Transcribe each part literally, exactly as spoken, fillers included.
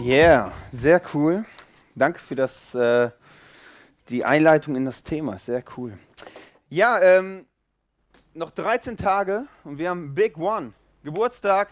Yeah, sehr cool. Danke für das, äh, die Einleitung in das Thema. Sehr cool. Ja, ähm, noch dreizehn Tage und wir haben Big One, Geburtstag.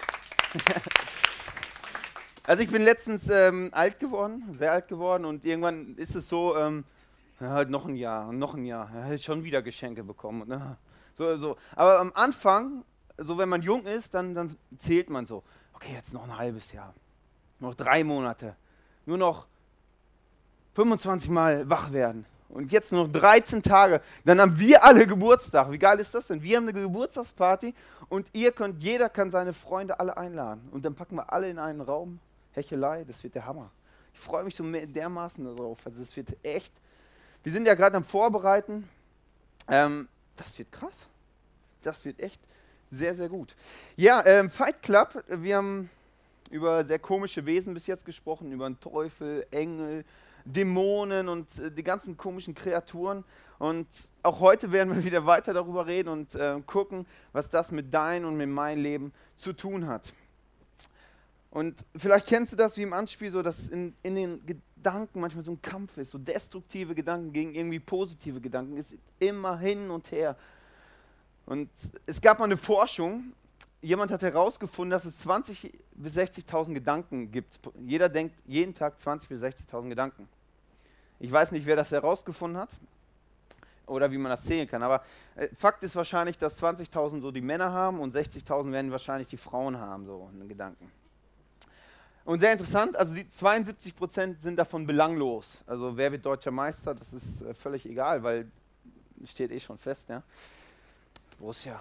Also ich bin letztens ähm, alt geworden, sehr alt geworden und irgendwann ist es so, ähm, ja, halt noch ein Jahr, noch ein Jahr, ja, halt schon wieder Geschenke bekommen. Und, äh, so, so. Aber am Anfang, so wenn man jung ist, dann, dann zählt man so, okay, jetzt noch ein halbes Jahr, noch drei Monate, nur noch fünfundzwanzig Mal wach werden. Und jetzt nur noch dreizehn Tage, dann haben wir alle Geburtstag. Wie geil ist das denn? Wir haben eine Geburtstagsparty und ihr könnt, jeder kann seine Freunde alle einladen. Und dann packen wir alle in einen Raum. Hechelei, das wird der Hammer. Ich freue mich so dermaßen darauf. Also das wird echt, wir sind ja gerade am Vorbereiten. Ähm, das wird krass. Das wird echt sehr, sehr gut. Ja, ähm, Fight Club, wir haben über sehr komische Wesen bis jetzt gesprochen, über einen Teufel, Engel, Dämonen und äh, die ganzen komischen Kreaturen. Und auch heute werden wir wieder weiter darüber reden und äh, gucken, was das mit deinem und mit meinem Leben zu tun hat. Und vielleicht kennst du das wie im Anspiel, so dass in, in den Gedanken manchmal so ein Kampf ist, so destruktive Gedanken gegen irgendwie positive Gedanken. Es ist immer hin und her. Und es gab mal eine Forschung, jemand hat herausgefunden, dass es zwanzigtausend bis sechzigtausend Gedanken gibt. Jeder denkt jeden Tag zwanzigtausend bis sechzigtausend Gedanken. Ich weiß nicht, wer das herausgefunden hat oder wie man das zählen kann, aber äh, Fakt ist wahrscheinlich, dass zwanzigtausend so die Männer haben und sechzigtausend werden wahrscheinlich die Frauen haben, so einen Gedanken. Und sehr interessant, also die zweiundsiebzig Prozent sind davon belanglos. Also wer wird deutscher Meister, das ist äh, völlig egal, weil steht eh schon fest, ja. Borussia.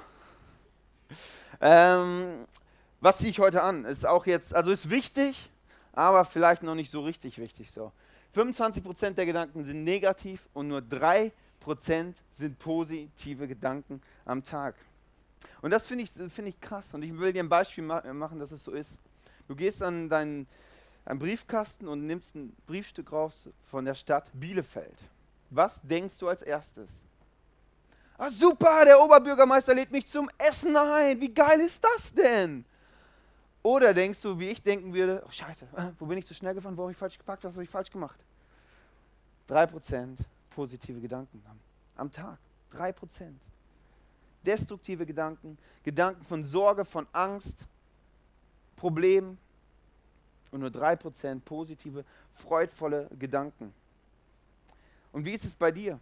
Ähm, was ziehe ich heute an? Ist auch jetzt, also ist wichtig, aber vielleicht noch nicht so richtig wichtig so. fünfundzwanzig Prozent der Gedanken sind negativ und nur drei Prozent sind positive Gedanken am Tag. Und das finde ich, find ich krass und ich will dir ein Beispiel ma- machen, dass es so ist. Du gehst an deinen, einen Briefkasten und nimmst ein Briefstück raus von der Stadt Bielefeld. Was denkst du als erstes? Ah, super, der Oberbürgermeister lädt mich zum Essen ein. Wie geil ist das denn? Oder denkst du, wie ich denken würde, oh scheiße, äh, wo bin ich zu schnell gefahren, wo habe ich falsch geparkt, was habe ich falsch gemacht? drei Prozent positive Gedanken am, am Tag. drei Prozent. Destruktive Gedanken, Gedanken von Sorge, von Angst, Problemen und nur drei Prozent positive, freudvolle Gedanken. Und wie ist es bei dir?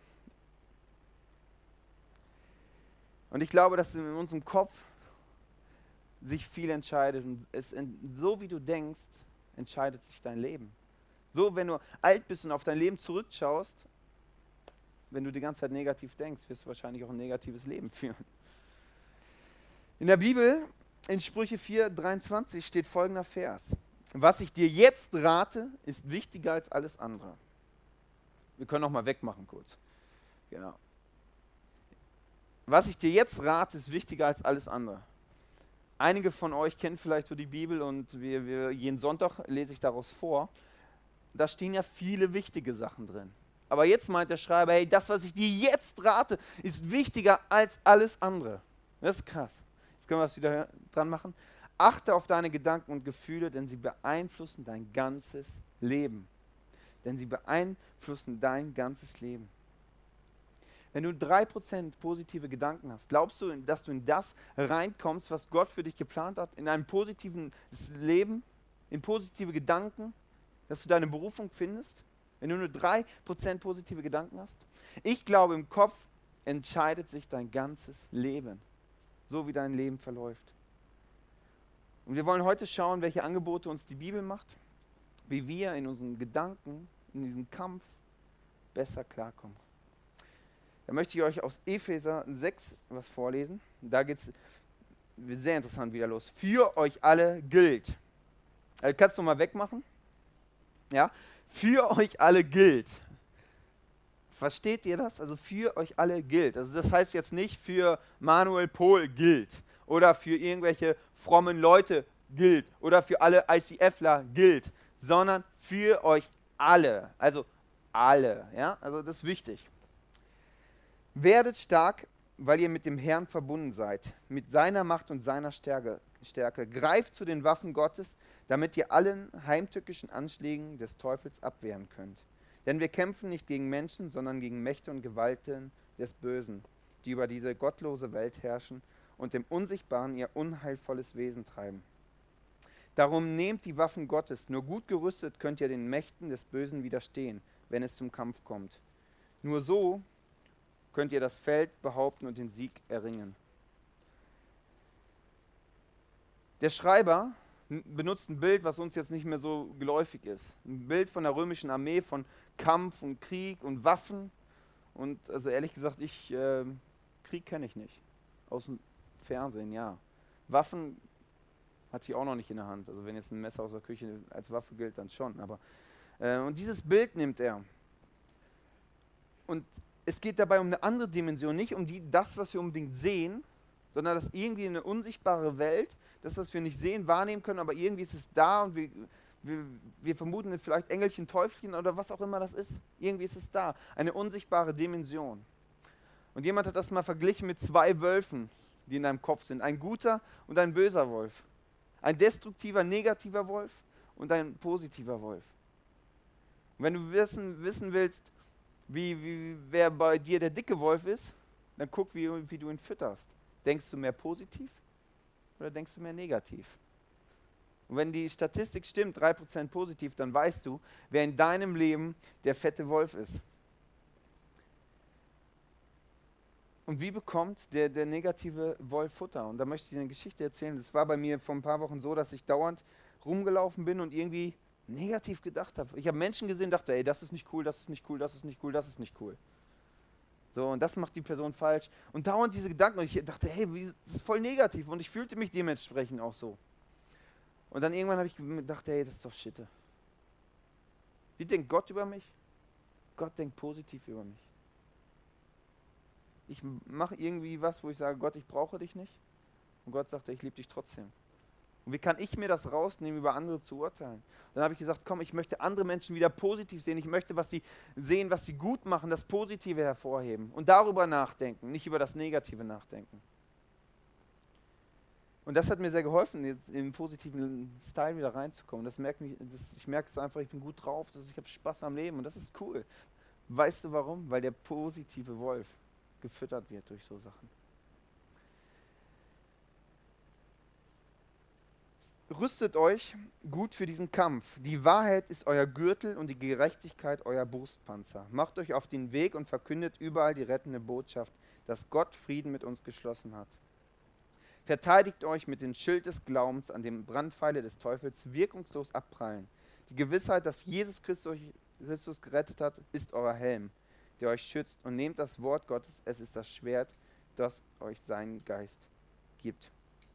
Und ich glaube, dass in unserem Kopf sich viel entscheidet. Und es in, so wie du denkst, entscheidet sich dein Leben. So, wenn du alt bist und auf dein Leben zurückschaust, wenn du die ganze Zeit negativ denkst, wirst du wahrscheinlich auch ein negatives Leben führen. In der Bibel, in Sprüche vier, dreiundzwanzig steht folgender Vers. Was ich dir jetzt rate, ist wichtiger als alles andere. Wir können noch mal wegmachen kurz. Genau. Was ich dir jetzt rate, ist wichtiger als alles andere. Einige von euch kennen vielleicht so die Bibel und wir, wir, jeden Sonntag lese ich daraus vor. Da stehen ja viele wichtige Sachen drin. Aber jetzt meint der Schreiber, hey, das, was ich dir jetzt rate, ist wichtiger als alles andere. Das ist krass. Jetzt können wir es wieder dran machen. Achte auf deine Gedanken und Gefühle, denn sie beeinflussen dein ganzes Leben. Denn sie beeinflussen dein ganzes Leben. Wenn du drei Prozent positive Gedanken hast, glaubst du, dass du in das reinkommst, was Gott für dich geplant hat, in einem positiven Leben, in positive Gedanken, dass du deine Berufung findest? Wenn du nur drei Prozent positive Gedanken hast? Ich glaube, im Kopf entscheidet sich dein ganzes Leben, so wie dein Leben verläuft. Und wir wollen heute schauen, welche Angebote uns die Bibel macht, wie wir in unseren Gedanken, in diesem Kampf besser klarkommen. Da möchte ich euch aus Epheser sechs was vorlesen. Da geht es sehr interessant wieder los. Für euch alle gilt. Also kannst du mal wegmachen? Ja? Für euch alle gilt. Versteht ihr das? Also für euch alle gilt. Also das heißt jetzt nicht für Manuel Pohl gilt oder für irgendwelche frommen Leute gilt oder für alle I C Fler gilt, sondern für euch alle. Also alle. Ja? Also das ist wichtig. Werdet stark, weil ihr mit dem Herrn verbunden seid, mit seiner Macht und seiner Stärke. Stärke. Greift zu den Waffen Gottes, damit ihr allen heimtückischen Anschlägen des Teufels abwehren könnt. Denn wir kämpfen nicht gegen Menschen, sondern gegen Mächte und Gewalten des Bösen, die über diese gottlose Welt herrschen und dem Unsichtbaren ihr unheilvolles Wesen treiben. Darum nehmt die Waffen Gottes, nur gut gerüstet könnt ihr den Mächten des Bösen widerstehen, wenn es zum Kampf kommt. Nur so könnt ihr das Feld behaupten und den Sieg erringen. Der Schreiber benutzt ein Bild, was uns jetzt nicht mehr so geläufig ist. Ein Bild von der römischen Armee, von Kampf und Krieg und Waffen. Und also ehrlich gesagt, ich, äh, Krieg kenne ich nicht. Aus dem Fernsehen, ja. Waffen hatte ich auch noch nicht in der Hand. Also wenn jetzt ein Messer aus der Küche als Waffe gilt, dann schon. Aber, äh, und dieses Bild nimmt er. Und es geht dabei um eine andere Dimension, nicht um die, das, was wir unbedingt sehen, sondern dass irgendwie eine unsichtbare Welt, das, was wir nicht sehen, wahrnehmen können, aber irgendwie ist es da und wir, wir, wir vermuten vielleicht Engelchen, Teufelchen oder was auch immer das ist. Irgendwie ist es da. Eine unsichtbare Dimension. Und jemand hat das mal verglichen mit zwei Wölfen, die in deinem Kopf sind. Ein guter und ein böser Wolf. Ein destruktiver, negativer Wolf und ein positiver Wolf. Und wenn du wissen, wissen willst, wie, wie, wer bei dir der dicke Wolf ist, dann guck, wie, wie du ihn fütterst. Denkst du mehr positiv oder denkst du mehr negativ? Und wenn die Statistik stimmt, drei Prozent positiv, dann weißt du, wer in deinem Leben der fette Wolf ist. Und wie bekommt der, der negative Wolf Futter? Und da möchte ich dir eine Geschichte erzählen. Das war bei mir vor ein paar Wochen so, dass ich dauernd rumgelaufen bin und irgendwie negativ gedacht habe. Ich habe Menschen gesehen und dachte, ey, das ist nicht cool, das ist nicht cool, das ist nicht cool, das ist nicht cool. So, und das macht die Person falsch. Und dauernd diese Gedanken. Und ich dachte, hey, wie, das ist voll negativ. Und ich fühlte mich dementsprechend auch so. Und dann irgendwann habe ich gedacht, hey, das ist doch Schitte. Wie denkt Gott über mich? Gott denkt positiv über mich. Ich mache irgendwie was, wo ich sage, Gott, ich brauche dich nicht. Und Gott sagt, ich liebe dich trotzdem. Und wie kann ich mir das rausnehmen, über andere zu urteilen? Und dann habe ich gesagt, komm, ich möchte andere Menschen wieder positiv sehen. Ich möchte, was sie sehen, was sie gut machen, das Positive hervorheben. Und darüber nachdenken, nicht über das Negative nachdenken. Und das hat mir sehr geholfen, jetzt in den positiven Style wieder reinzukommen. Das merkt mich, das, ich merke es einfach, ich bin gut drauf, das, ich habe Spaß am Leben und das ist cool. Weißt du warum? Weil der positive Wolf gefüttert wird durch so Sachen. Rüstet euch gut für diesen Kampf. Die Wahrheit ist euer Gürtel und die Gerechtigkeit euer Brustpanzer. Macht euch auf den Weg und verkündet überall die rettende Botschaft, dass Gott Frieden mit uns geschlossen hat. Verteidigt euch mit dem Schild des Glaubens, an dem Brandpfeile des Teufels wirkungslos abprallen. Die Gewissheit, dass Jesus Christus, Christus gerettet hat, ist euer Helm, der euch schützt. Und nehmt das Wort Gottes, es ist das Schwert, das euch seinen Geist gibt.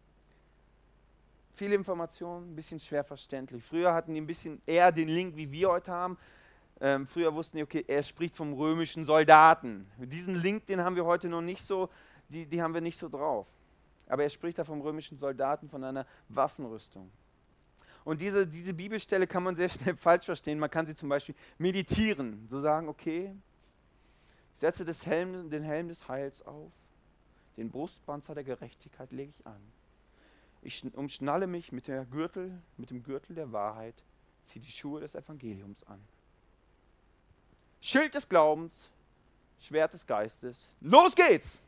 Viele Informationen, ein bisschen schwer verständlich. Früher hatten die ein bisschen eher den Link, wie wir heute haben. Ähm, früher wussten die, okay, er spricht vom römischen Soldaten. Diesen Link, den haben wir heute noch nicht so, die, die haben wir nicht so drauf. Aber er spricht da vom römischen Soldaten, von einer Waffenrüstung. Und diese, diese Bibelstelle kann man sehr schnell falsch verstehen. Man kann sie zum Beispiel meditieren. So sagen, okay, ich setze das Helm, den Helm des Heils auf, den Brustpanzer der Gerechtigkeit lege ich an. Ich umschnalle mich mit der Gürtel, mit dem Gürtel der Wahrheit, ziehe die Schuhe des Evangeliums an. Schild des Glaubens, Schwert des Geistes. Los geht's!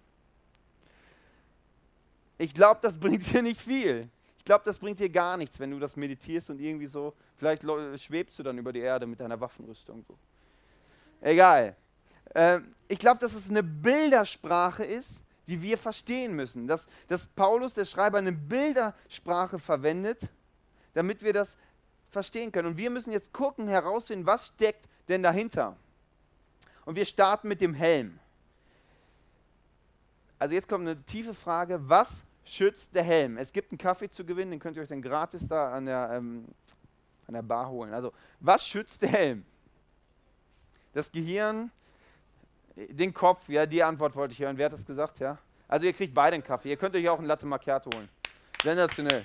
Ich glaube, das bringt dir nicht viel. Ich glaube, das bringt dir gar nichts, wenn du das meditierst und irgendwie so, vielleicht schwebst du dann über die Erde mit deiner Waffenrüstung. So. Egal. Ähm, ich glaube, dass es eine Bildersprache ist, die wir verstehen müssen. Dass, dass Paulus, der Schreiber, eine Bildersprache verwendet, damit wir das verstehen können. Und wir müssen jetzt gucken, herausfinden, was steckt denn dahinter. Und wir starten mit dem Helm. Also jetzt kommt eine tiefe Frage, was schützt der Helm? Es gibt einen Kaffee zu gewinnen, den könnt ihr euch dann gratis da an der, ähm, an der Bar holen. Also, was schützt der Helm? Das Gehirn, den Kopf, ja, die Antwort wollte ich hören. Wer hat das gesagt, ja? Also ihr kriegt beide einen Kaffee, ihr könnt euch auch einen Latte Macchiato holen. Sensationell.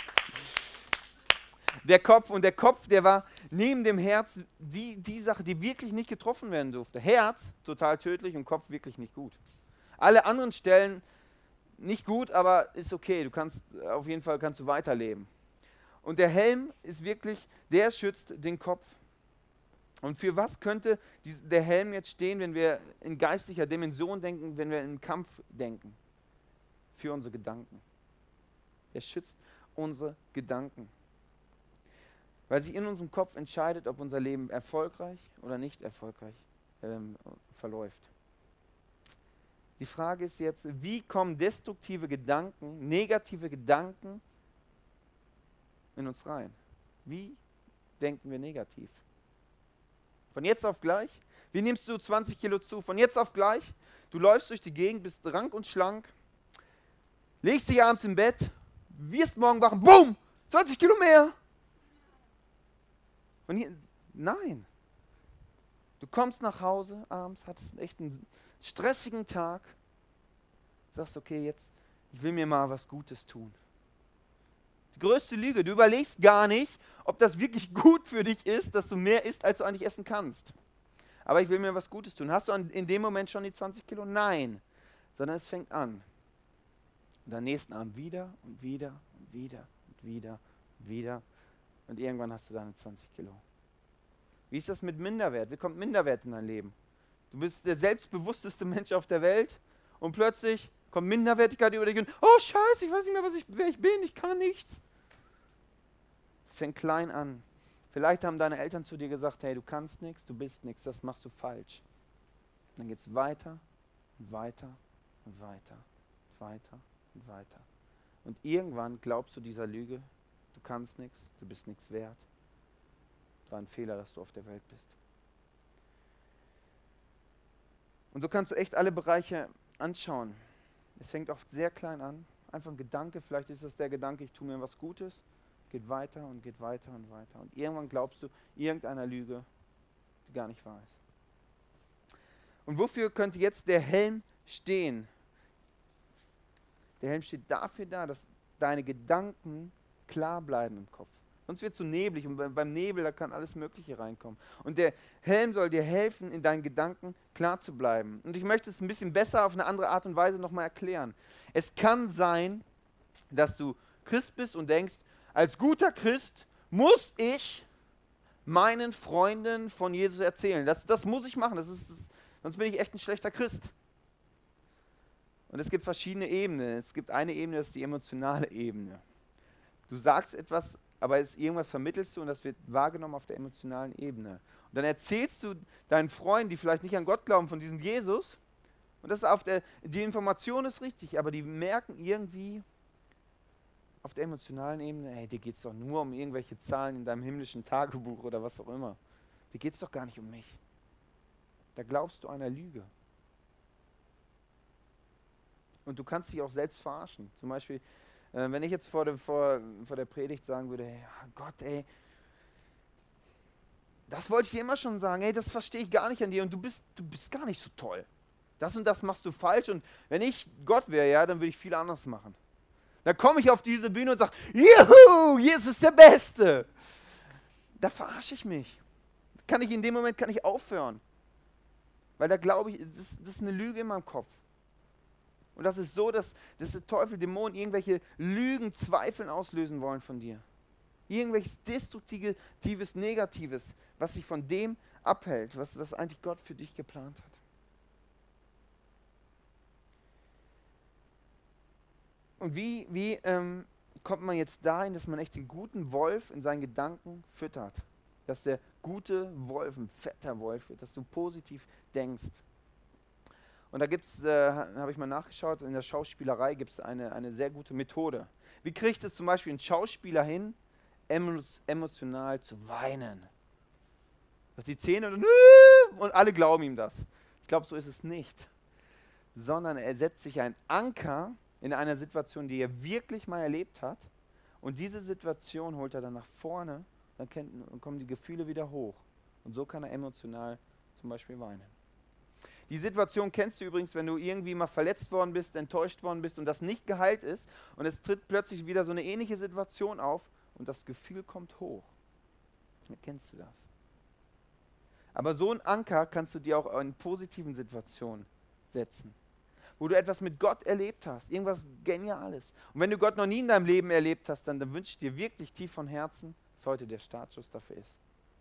Der Kopf, und der Kopf, der war neben dem Herz die, die Sache, die wirklich nicht getroffen werden durfte. Herz, total tödlich, und Kopf wirklich nicht gut. Alle anderen Stellen nicht gut, aber ist okay, du kannst, auf jeden Fall kannst du weiterleben. Und der Helm ist wirklich, der schützt den Kopf. Und für was könnte dies, der Helm jetzt stehen, wenn wir in geistlicher Dimension denken, wenn wir in Kampf denken? Für unsere Gedanken. Er schützt unsere Gedanken. Weil sich in unserem Kopf entscheidet, ob unser Leben erfolgreich oder nicht erfolgreich ähm, verläuft. Die Frage ist jetzt, wie kommen destruktive Gedanken, negative Gedanken in uns rein? Wie denken wir negativ? Von jetzt auf gleich? Wie nimmst du zwanzig Kilo zu? Von jetzt auf gleich? Du läufst durch die Gegend, bist rank und schlank, legst dich abends im Bett, wirst morgen wach, boom, zwanzig Kilo mehr. Von hier, nein. Du kommst nach Hause abends, hattest echt einen stressigen Tag, sagst, okay, jetzt, ich will mir mal was Gutes tun. Die größte Lüge, du überlegst gar nicht, ob das wirklich gut für dich ist, dass du mehr isst, als du eigentlich essen kannst. Aber ich will mir was Gutes tun. Hast du an, in dem Moment schon die zwanzig Kilo? Nein. Sondern es fängt an. Und am nächsten Abend wieder und wieder und wieder und wieder und wieder. Und irgendwann hast du deine zwanzig Kilo. Wie ist das mit Minderwert? Wie kommt Minderwert in dein Leben? Du bist der selbstbewussteste Mensch auf der Welt und plötzlich kommt Minderwertigkeit über dich und oh Scheiße, ich weiß nicht mehr, was ich, wer ich bin, ich kann nichts. Es fängt klein an. Vielleicht haben deine Eltern zu dir gesagt, hey, du kannst nichts, du bist nichts, das machst du falsch. Und dann geht es weiter und weiter und weiter und weiter und weiter. Und irgendwann glaubst du dieser Lüge, du kannst nichts, du bist nichts wert. Es war ein Fehler, dass du auf der Welt bist. Und so kannst du echt alle Bereiche anschauen. Es fängt oft sehr klein an. Einfach ein Gedanke, vielleicht ist das der Gedanke, ich tue mir was Gutes. Geht weiter und geht weiter und weiter. Und irgendwann glaubst du irgendeiner Lüge, die gar nicht wahr ist. Und wofür könnte jetzt der Helm stehen? Der Helm steht dafür da, dass deine Gedanken klar bleiben im Kopf. Sonst wird es so neblig und beim Nebel, da kann alles Mögliche reinkommen. Und der Helm soll dir helfen, in deinen Gedanken klar zu bleiben. Und ich möchte es ein bisschen besser auf eine andere Art und Weise nochmal erklären. Es kann sein, dass du Christ bist und denkst, als guter Christ muss ich meinen Freunden von Jesus erzählen. Das, das muss ich machen, das ist, das, sonst bin ich echt ein schlechter Christ. Und es gibt verschiedene Ebenen. Es gibt eine Ebene, das ist die emotionale Ebene. Du sagst etwas, aber es, irgendwas vermittelst du und das wird wahrgenommen auf der emotionalen Ebene. Und dann erzählst du deinen Freunden, die vielleicht nicht an Gott glauben, von diesem Jesus. Und das ist auf der, die Information ist richtig, aber die merken irgendwie auf der emotionalen Ebene, hey, dir geht es doch nur um irgendwelche Zahlen in deinem himmlischen Tagebuch oder was auch immer. Dir geht es doch gar nicht um mich. Da glaubst du einer Lüge. Und du kannst dich auch selbst verarschen. Zum Beispiel, äh, wenn ich jetzt vor, de, vor, vor der Predigt sagen würde, hey, Gott, ey, das wollte ich dir immer schon sagen, ey, das verstehe ich gar nicht an dir und du bist, du bist gar nicht so toll. Das und das machst du falsch und wenn ich Gott wäre, ja, dann würde ich viel anders machen. Dann komme ich auf diese Bühne und sage, juhu, Jesus ist der Beste. Da verarsche ich mich. Kann ich in dem Moment kann ich aufhören. Weil da glaube ich, das, das ist eine Lüge in meinem Kopf. Und das ist so, dass, dass der Teufel, Dämonen irgendwelche Lügen, Zweifeln auslösen wollen von dir. Irgendwelches Destruktives, Negatives, was sich von dem abhält, was, was eigentlich Gott für dich geplant hat. Und wie, wie ähm, kommt man jetzt dahin, dass man echt den guten Wolf in seinen Gedanken füttert? Dass der gute Wolf ein fetter Wolf wird, dass du positiv denkst. Und da gibt es, äh, habe ich mal nachgeschaut, in der Schauspielerei gibt es eine, eine sehr gute Methode. Wie kriegt es zum Beispiel ein Schauspieler hin, emo- emotional zu weinen? Dass die Zähne und, und alle glauben ihm das. Ich glaube, so ist es nicht. Sondern er setzt sich einen Anker in einer Situation, die er wirklich mal erlebt hat. Und diese Situation holt er dann nach vorne, dann kennt, kommen die Gefühle wieder hoch. Und so kann er emotional zum Beispiel weinen. Die Situation kennst du übrigens, wenn du irgendwie mal verletzt worden bist, enttäuscht worden bist und das nicht geheilt ist und es tritt plötzlich wieder so eine ähnliche Situation auf und das Gefühl kommt hoch. Dann kennst du das. Aber so einen Anker kannst du dir auch in positiven Situationen setzen. wo du etwas mit Gott erlebt hast, irgendwas Geniales. Und wenn du Gott noch nie in deinem Leben erlebt hast, dann, dann wünsche ich dir wirklich tief von Herzen, dass heute der Startschuss dafür ist.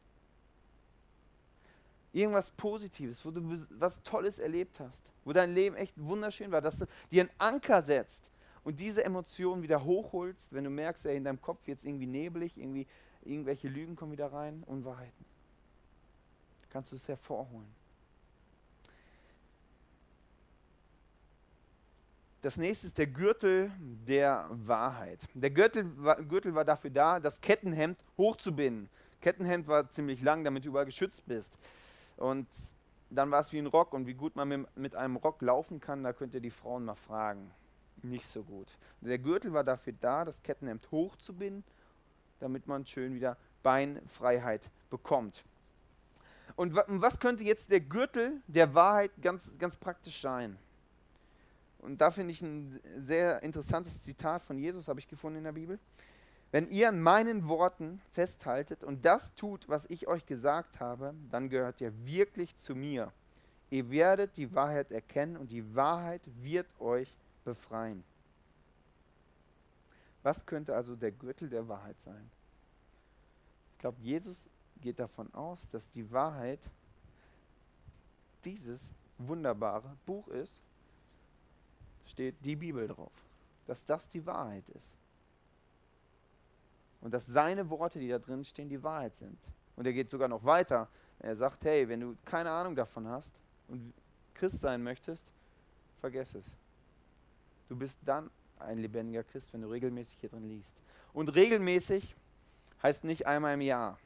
Irgendwas Positives, wo du was Tolles erlebt hast, wo dein Leben echt wunderschön war, dass du dir einen Anker setzt und diese Emotionen wieder hochholst, wenn du merkst, ey, in deinem Kopf wird es irgendwie neblig, irgendwie irgendwelche Lügen kommen wieder rein, Unwahrheiten. Kannst du es hervorholen. Das nächste ist der Gürtel der Wahrheit. Der Gürtel war, Gürtel war dafür da, das Kettenhemd hochzubinden. Kettenhemd war ziemlich lang, damit du überall geschützt bist. Und dann war es wie ein Rock, und wie gut man mit, mit einem Rock laufen kann, da könnt ihr die Frauen mal fragen. Nicht so gut. Der Gürtel war dafür da, das Kettenhemd hochzubinden, damit man schön wieder Beinfreiheit bekommt. Und wa- was könnte jetzt der Gürtel der Wahrheit ganz, ganz praktisch sein? Und da finde ich ein sehr interessantes Zitat von Jesus, habe ich gefunden in der Bibel. Wenn ihr an meinen Worten festhaltet und das tut, was ich euch gesagt habe, dann gehört ihr wirklich zu mir. Ihr werdet die Wahrheit erkennen und die Wahrheit wird euch befreien. Was könnte also der Gürtel der Wahrheit sein? Ich glaube, Jesus geht davon aus, dass die Wahrheit dieses wunderbare Buch ist, steht die Bibel drauf, dass das die Wahrheit ist. Und dass seine Worte, die da drin stehen, die Wahrheit sind. Und er geht sogar noch weiter. Er sagt, hey, wenn du keine Ahnung davon hast und Christ sein möchtest, vergess es. Du bist dann ein lebendiger Christ, wenn du regelmäßig hier drin liest. Und regelmäßig heißt nicht einmal im Jahr.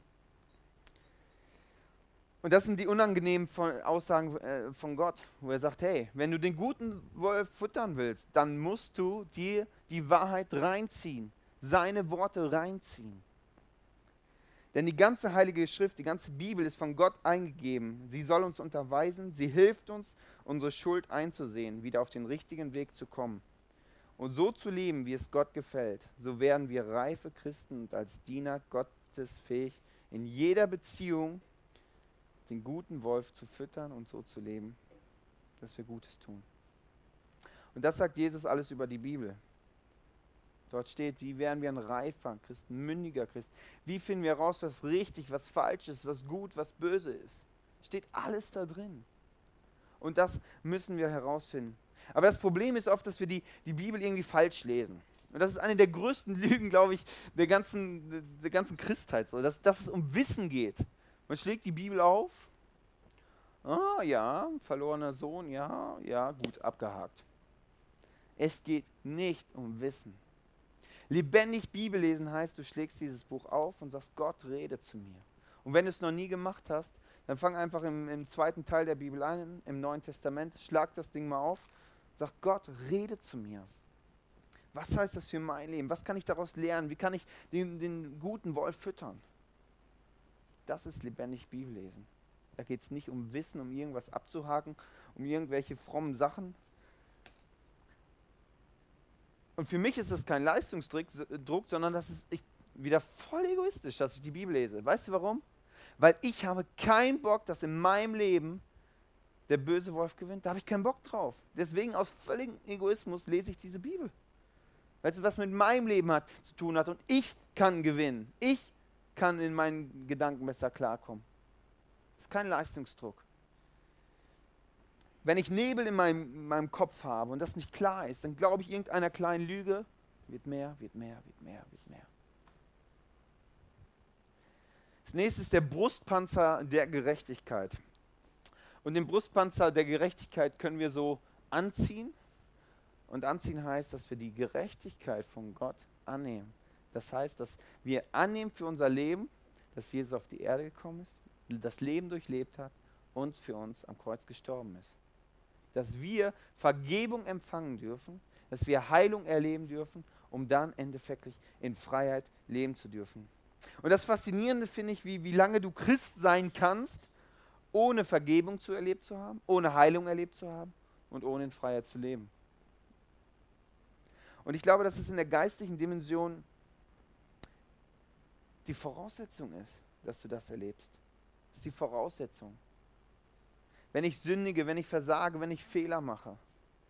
Und das sind die unangenehmen von Aussagen äh, von Gott, wo er sagt, hey, wenn du den guten Wolf futtern willst, dann musst du dir die Wahrheit reinziehen, seine Worte reinziehen. Denn die ganze Heilige Schrift, die ganze Bibel ist von Gott eingegeben. Sie soll uns unterweisen, sie hilft uns, unsere Schuld einzusehen, wieder auf den richtigen Weg zu kommen. Und so zu leben, wie es Gott gefällt. So werden wir reife Christen und als Diener Gottes fähig, in jeder Beziehung den guten Wolf zu füttern und so zu leben, dass wir Gutes tun. Und das sagt Jesus alles über die Bibel. Dort steht, wie werden wir ein reifer Christ, ein mündiger Christ. Wie finden wir heraus, was richtig, was falsch ist, was gut, was böse ist. Steht alles da drin. Und das müssen wir herausfinden. Aber das Problem ist oft, dass wir die, die Bibel irgendwie falsch lesen. Und das ist eine der größten Lügen, glaube ich, der ganzen, der ganzen Christheit, so, dass, dass es um Wissen geht. Man schlägt die Bibel auf. Ah ja, verlorener Sohn, ja, ja, gut, abgehakt. Es geht nicht um Wissen. Lebendig Bibel lesen heißt, du schlägst dieses Buch auf und sagst, Gott, rede zu mir. Und wenn du es noch nie gemacht hast, dann fang einfach im, im zweiten Teil der Bibel ein, im Neuen Testament, schlag das Ding mal auf, sag, Gott, rede zu mir. Was heißt das für mein Leben? Was kann ich daraus lernen? Wie kann ich den, den guten Wolf füttern? Das ist lebendig Bibellesen. Da geht es nicht um Wissen, um irgendwas abzuhaken, um irgendwelche frommen Sachen. Und für mich ist das kein Leistungsdruck, Druck, sondern das ist ich, wieder voll egoistisch, dass ich die Bibel lese. Weißt du warum? Weil ich habe keinen Bock, dass in meinem Leben der böse Wolf gewinnt. Da habe ich keinen Bock drauf. Deswegen aus völligem Egoismus lese ich diese Bibel. Weißt du, was mit meinem Leben hat, zu tun hat, und ich kann gewinnen. Ich kann in meinen Gedanken besser klarkommen. Das ist kein Leistungsdruck. Wenn ich Nebel in meinem, in meinem Kopf habe und das nicht klar ist, dann glaube ich irgendeiner kleinen Lüge, wird mehr, wird mehr, wird mehr, wird mehr. Das nächste ist der Brustpanzer der Gerechtigkeit. Und den Brustpanzer der Gerechtigkeit können wir so anziehen. Und anziehen heißt, dass wir die Gerechtigkeit von Gott annehmen. Das heißt, dass wir annehmen für unser Leben, dass Jesus auf die Erde gekommen ist, das Leben durchlebt hat und für uns am Kreuz gestorben ist. Dass wir Vergebung empfangen dürfen, dass wir Heilung erleben dürfen, um dann endeffektiv in Freiheit leben zu dürfen. Und das Faszinierende finde ich, wie, wie lange du Christ sein kannst, ohne Vergebung zu erlebt zu haben, ohne Heilung erlebt zu haben und ohne in Freiheit zu leben. Und ich glaube, dass es in der geistlichen Dimension die Voraussetzung ist, dass du das erlebst. Das ist die Voraussetzung. Wenn ich sündige, wenn ich versage, wenn ich Fehler mache,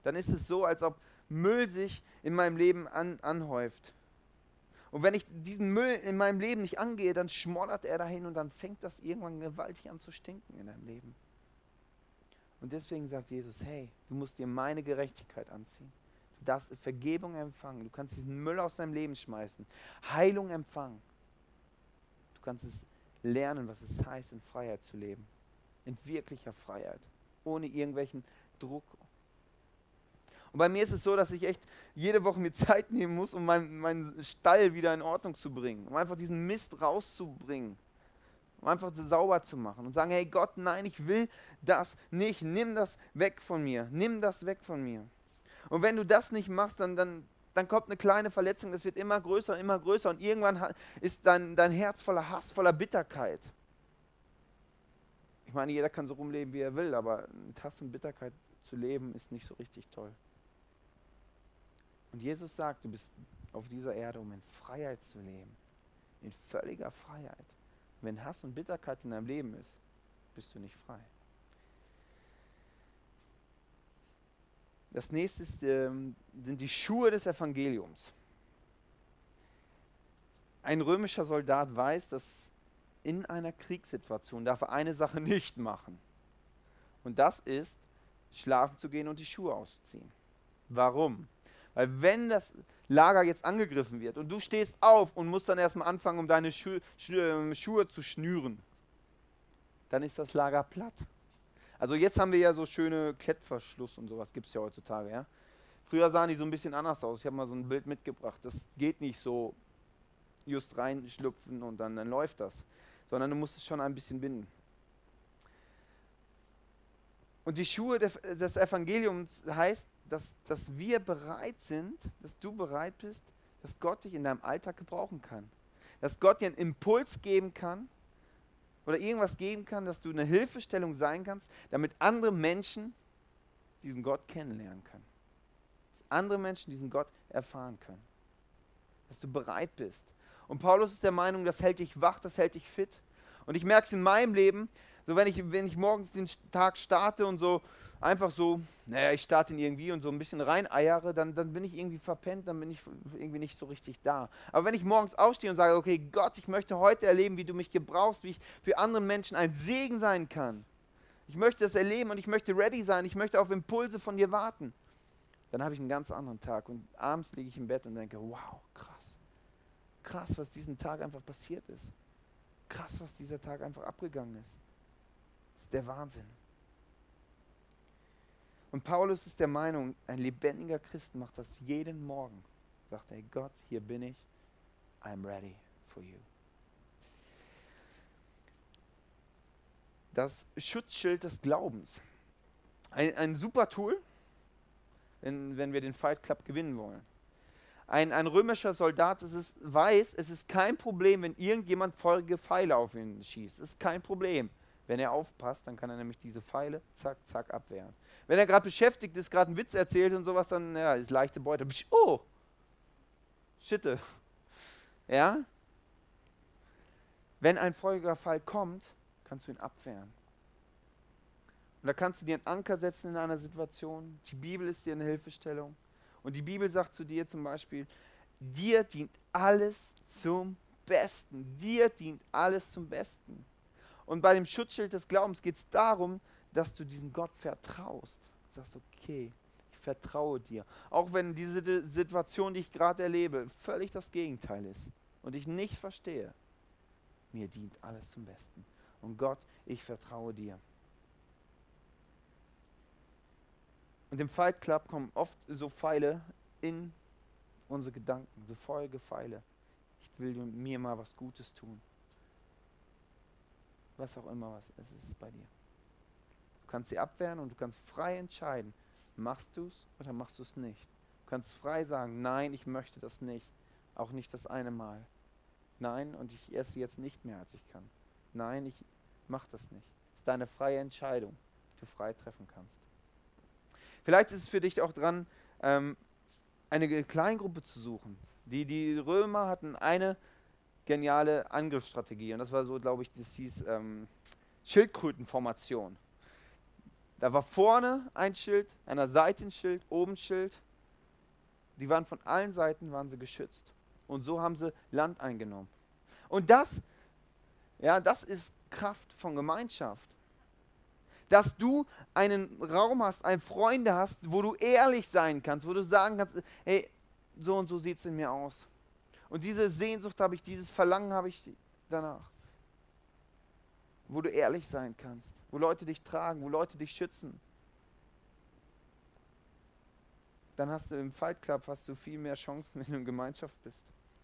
dann ist es so, als ob Müll sich in meinem Leben an, anhäuft. Und wenn ich diesen Müll in meinem Leben nicht angehe, dann schmoddert er dahin und dann fängt das irgendwann gewaltig an zu stinken in deinem Leben. Und deswegen sagt Jesus, hey, du musst dir meine Gerechtigkeit anziehen. Du darfst Vergebung empfangen. Du kannst diesen Müll aus deinem Leben schmeißen. Heilung empfangen. Du kannst es lernen, was es heißt, in Freiheit zu leben. In wirklicher Freiheit. Ohne irgendwelchen Druck. Und bei mir ist es so, dass ich echt jede Woche mir Zeit nehmen muss, um meinen mein Stall wieder in Ordnung zu bringen. Um einfach diesen Mist rauszubringen. Um einfach sauber zu machen. Und sagen, hey Gott, nein, ich will das nicht. Nimm das weg von mir. Nimm das weg von mir. Und wenn du das nicht machst, dann, dann, dann kommt eine kleine Verletzung. Das wird immer größer, immer größer. Und irgendwann ist dein, dein Herz voller Hass, voller Bitterkeit. Ich meine, jeder kann so rumleben, wie er will. Aber mit Hass und Bitterkeit zu leben, ist nicht so richtig toll. Und Jesus sagt, du bist auf dieser Erde, um in Freiheit zu leben. In völliger Freiheit. Wenn Hass und Bitterkeit in deinem Leben ist, bist du nicht frei. Das nächste ist, ähm, sind die Schuhe des Evangeliums. Ein römischer Soldat weiß, dass in einer Kriegssituation darf er eine Sache nicht machen. Und das ist, schlafen zu gehen und die Schuhe auszuziehen. Warum? Weil wenn das Lager jetzt angegriffen wird und du stehst auf und musst dann erstmal anfangen, um deine Schu Schu Schuhe zu schnüren, dann ist das Lager platt. Also jetzt haben wir ja so schöne Klettverschluss und sowas, gibt es ja heutzutage. Ja? Früher sahen die so ein bisschen anders aus. Ich habe mal so ein Bild mitgebracht. Das geht nicht so just reinschlüpfen und dann, dann läuft das. Sondern du musst es schon ein bisschen binden. Und die Schuhe des, des Evangeliums heißt, dass, dass wir bereit sind, dass du bereit bist, dass Gott dich in deinem Alltag gebrauchen kann. Dass Gott dir einen Impuls geben kann oder irgendwas geben kann, dass du eine Hilfestellung sein kannst, damit andere Menschen diesen Gott kennenlernen können. Dass andere Menschen diesen Gott erfahren können. Dass du bereit bist. Und Paulus ist der Meinung, das hält dich wach, das hält dich fit. Und ich merke es in meinem Leben, so wenn ich, wenn ich morgens den Tag starte und so einfach so, naja, ich starte ihn irgendwie und so ein bisschen reineiere, dann, dann bin ich irgendwie verpennt, dann bin ich irgendwie nicht so richtig da. Aber wenn ich morgens aufstehe und sage, okay, Gott, ich möchte heute erleben, wie du mich gebrauchst, wie ich für andere Menschen ein Segen sein kann. Ich möchte das erleben und ich möchte ready sein, ich möchte auf Impulse von dir warten. Dann habe ich einen ganz anderen Tag und abends liege ich im Bett und denke, wow, krass. Krass, was diesen Tag einfach passiert ist. Krass, was dieser Tag einfach abgegangen ist. Das ist der Wahnsinn. Und Paulus ist der Meinung, ein lebendiger Christ macht das jeden Morgen. Sagt er, hey Gott, hier bin ich, I'm ready for you. Das Schutzschild des Glaubens. Ein, ein super Tool, wenn, wenn wir den Fight Club gewinnen wollen. Ein, ein römischer Soldat es ist, weiß, es ist kein Problem, wenn irgendjemand feurige Pfeile auf ihn schießt. Es ist kein Problem. Wenn er aufpasst, dann kann er nämlich diese Pfeile zack, zack abwehren. Wenn er gerade beschäftigt ist, gerade einen Witz erzählt und sowas, dann ja, ist leichte Beute. Psch, oh, Schitte. Ja? Wenn ein feuriger Pfeil kommt, kannst du ihn abwehren. Und da kannst du dir einen Anker setzen in einer Situation. Die Bibel ist dir eine Hilfestellung. Und die Bibel sagt zu dir zum Beispiel, dir dient alles zum Besten. Dir dient alles zum Besten. Und bei dem Schutzschild des Glaubens geht es darum, dass du diesen Gott vertraust. Du sagst, okay, ich vertraue dir. Auch wenn diese Situation, die ich gerade erlebe, völlig das Gegenteil ist und ich nicht verstehe. Mir dient alles zum Besten. Und Gott, ich vertraue dir. Und im Fight Club kommen oft so Pfeile in unsere Gedanken, so feurige Pfeile. Ich will mir mal was Gutes tun. Was auch immer was es ist bei dir. Du kannst sie abwehren und du kannst frei entscheiden, machst du es oder machst du es nicht. Du kannst frei sagen, nein, ich möchte das nicht. Auch nicht das eine Mal. Nein, und ich esse jetzt nicht mehr, als ich kann. Nein, ich mache das nicht. Das ist deine freie Entscheidung, die du frei treffen kannst. Vielleicht ist es für dich auch dran, ähm, eine Kleingruppe zu suchen. Die, die Römer hatten eine geniale Angriffsstrategie und das war so, glaube ich, das hieß ähm, Schildkrötenformation. Da war vorne ein Schild, an der Seite ein Schild, oben ein Schild. Die waren von allen Seiten waren sie geschützt. Und so haben sie Land eingenommen. Und das, ja, das ist Kraft von Gemeinschaft. Dass du einen Raum hast, einen Freunde hast, wo du ehrlich sein kannst, wo du sagen kannst, hey, so und so sieht es in mir aus. Und diese Sehnsucht habe ich, dieses Verlangen habe ich danach. Wo du ehrlich sein kannst, wo Leute dich tragen, wo Leute dich schützen. Dann hast du im Fight Club hast du viel mehr Chancen, wenn du in Gemeinschaft bist.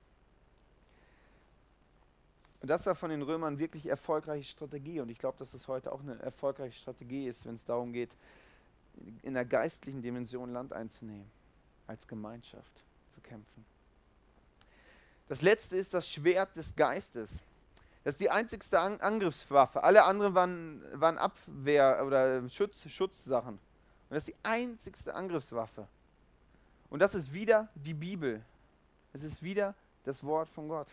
Und das war von den Römern wirklich erfolgreiche Strategie. Und ich glaube, dass das heute auch eine erfolgreiche Strategie ist, wenn es darum geht, in der geistlichen Dimension Land einzunehmen, als Gemeinschaft zu kämpfen. Das letzte ist das Schwert des Geistes. Das ist die einzigste An- Angriffswaffe. Alle anderen waren, waren Abwehr- oder Schutz, Schutzsachen. Und das ist die einzigste Angriffswaffe. Und das ist wieder die Bibel. Es ist wieder das Wort von Gott.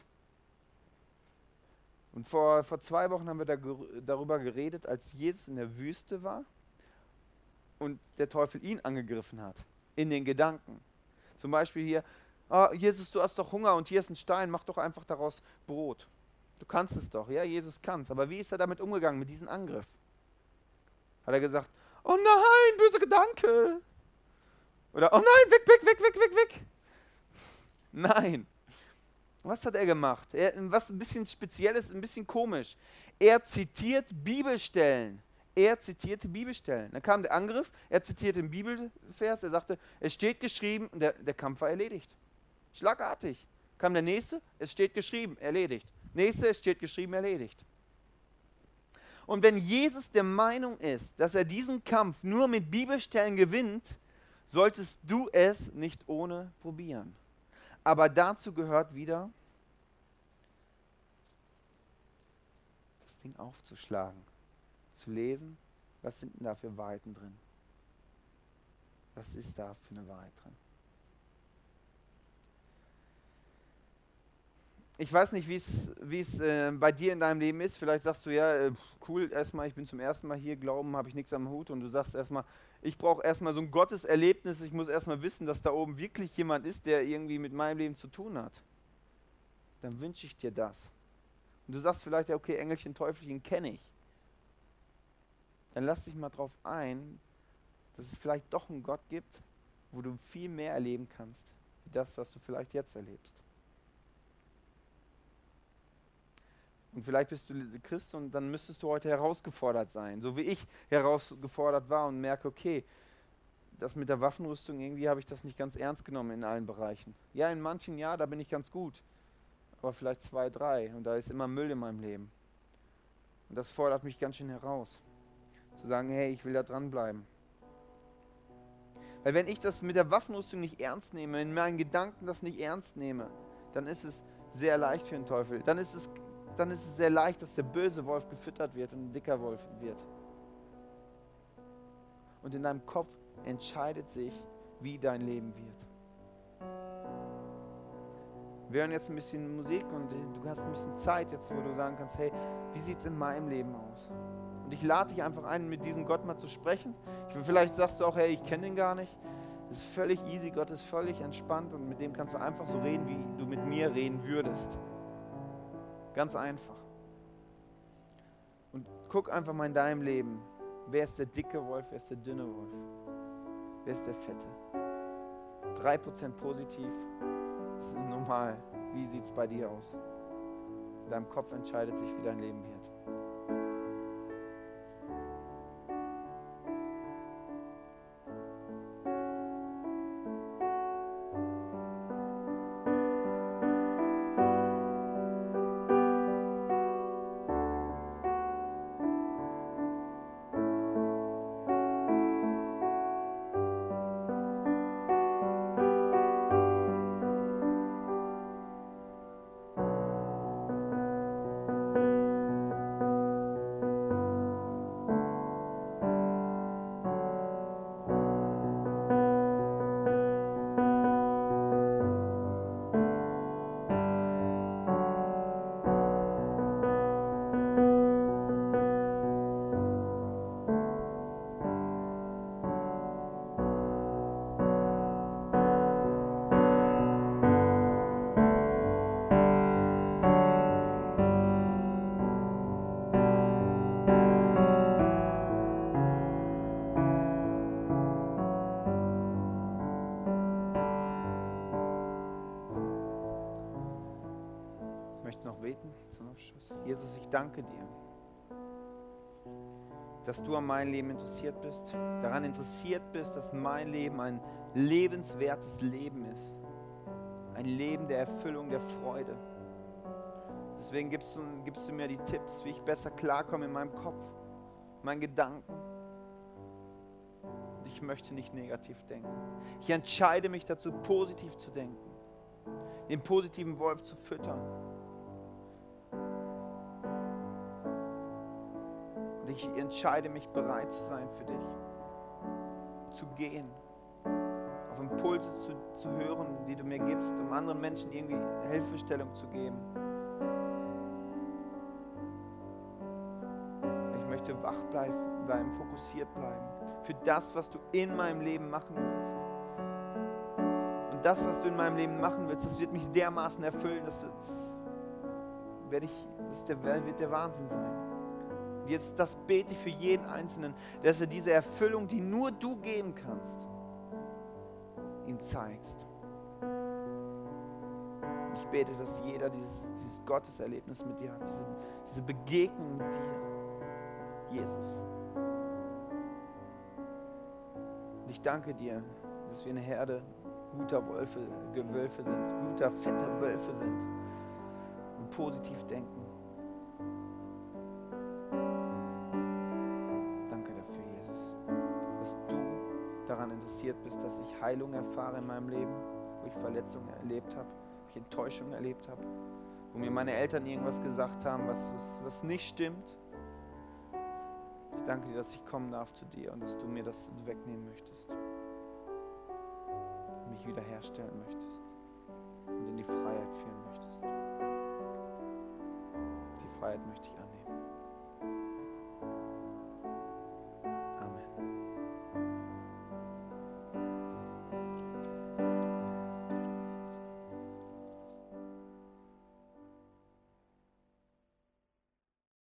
Und vor, vor zwei Wochen haben wir da, darüber geredet, als Jesus in der Wüste war und der Teufel ihn angegriffen hat, in den Gedanken. Zum Beispiel hier, oh, Jesus, du hast doch Hunger und hier ist ein Stein, mach doch einfach daraus Brot. Du kannst es doch, ja, Jesus kann es. Aber wie ist er damit umgegangen, mit diesem Angriff? Hat er gesagt, oh nein, böser Gedanke. Oder, oh nein, weg, weg, weg, weg, weg, weg. Nein. Was hat er gemacht? Er, was ein bisschen speziell ist, ein bisschen komisch. Er zitiert Bibelstellen. Er zitierte Bibelstellen. Dann kam der Angriff, er zitierte den Bibelvers, er sagte, es steht geschrieben und der, der Kampf war erledigt. Schlagartig. Kam der nächste, es steht geschrieben, erledigt. Nächste, es steht geschrieben, erledigt. Und wenn Jesus der Meinung ist, dass er diesen Kampf nur mit Bibelstellen gewinnt, solltest du es nicht ohne probieren. Aber dazu gehört wieder, das Ding aufzuschlagen, zu lesen, was sind denn da für Wahrheiten drin? Was ist da für eine Wahrheit drin? Ich weiß nicht, wie es äh, bei dir in deinem Leben ist. Vielleicht sagst du, ja, äh, cool, erstmal, ich bin zum ersten Mal hier, Glauben habe ich nichts am Hut. Und du sagst erstmal, ich brauche erstmal so ein Gotteserlebnis. Ich muss erstmal wissen, dass da oben wirklich jemand ist, der irgendwie mit meinem Leben zu tun hat. Dann wünsche ich dir das. Und du sagst vielleicht, ja, okay, Engelchen, Teufelchen kenne ich. Dann lass dich mal drauf ein, dass es vielleicht doch einen Gott gibt, wo du viel mehr erleben kannst, wie das, was du vielleicht jetzt erlebst. Und vielleicht bist du Christ und dann müsstest du heute herausgefordert sein, so wie ich herausgefordert war und merke, okay, das mit der Waffenrüstung, irgendwie habe ich das nicht ganz ernst genommen in allen Bereichen. Ja, in manchen, ja, da bin ich ganz gut, aber vielleicht zwei, drei und da ist immer Müll in meinem Leben. Und das fordert mich ganz schön heraus, zu sagen, hey, ich will da dranbleiben. Weil wenn ich das mit der Waffenrüstung nicht ernst nehme, in meinen Gedanken das nicht ernst nehme, dann ist es sehr leicht für den Teufel. Dann ist es dann ist es sehr leicht, dass der böse Wolf gefüttert wird und ein dicker Wolf wird. Und in deinem Kopf entscheidet sich, wie dein Leben wird. Wir hören jetzt ein bisschen Musik und du hast ein bisschen Zeit jetzt, wo du sagen kannst, hey, wie sieht es in meinem Leben aus? Und ich lade dich einfach ein, mit diesem Gott mal zu sprechen. Ich, vielleicht sagst du auch, hey, ich kenne ihn gar nicht. Das ist völlig easy, Gott ist völlig entspannt und mit dem kannst du einfach so reden, wie du mit mir reden würdest. Ganz einfach. Und guck einfach mal in deinem Leben, wer ist der dicke Wolf, wer ist der dünne Wolf? Wer ist der fette? drei Prozent positiv, das ist normal. Wie sieht es bei dir aus? In deinem Kopf entscheidet sich, wie dein Leben wird. Jesus, ich danke dir, dass du an meinem Leben interessiert bist, daran interessiert bist, dass mein Leben ein lebenswertes Leben ist. Ein Leben der Erfüllung, der Freude. Deswegen gibst du, gibst du mir die Tipps, wie ich besser klarkomme in meinem Kopf, meinen Gedanken. Und ich möchte nicht negativ denken. Ich entscheide mich dazu, positiv zu denken, den positiven Wolf zu füttern. Und ich entscheide mich, bereit zu sein für dich, zu gehen, auf Impulse zu, zu hören, die du mir gibst, um anderen Menschen irgendwie Hilfestellung zu geben. Ich möchte wach bleiben, bleiben, fokussiert bleiben für das, was du in meinem Leben machen willst. Und das, was du in meinem Leben machen willst, das wird mich dermaßen erfüllen, das wird, das werde ich, das der, wird der Wahnsinn sein. Und jetzt, das bete ich für jeden Einzelnen, dass er diese Erfüllung, die nur du geben kannst, ihm zeigst. Und ich bete, dass jeder dieses, dieses Gotteserlebnis mit dir hat, diese, diese Begegnung mit dir, Jesus. Und ich danke dir, dass wir eine Herde guter Wölfe, Gewölfe sind, guter, fetter Wölfe sind und positiv denken. Danke dafür, Jesus, dass du daran interessiert bist, dass ich Heilung erfahre in meinem Leben, wo ich Verletzungen erlebt habe, wo ich Enttäuschung erlebt habe, wo mir meine Eltern irgendwas gesagt haben, was, was, was nicht stimmt. Ich danke dir, dass ich kommen darf zu dir und dass du mir das wegnehmen möchtest, mich wiederherstellen möchtest und in die Freiheit führen möchtest. Die Freiheit möchte ich annehmen.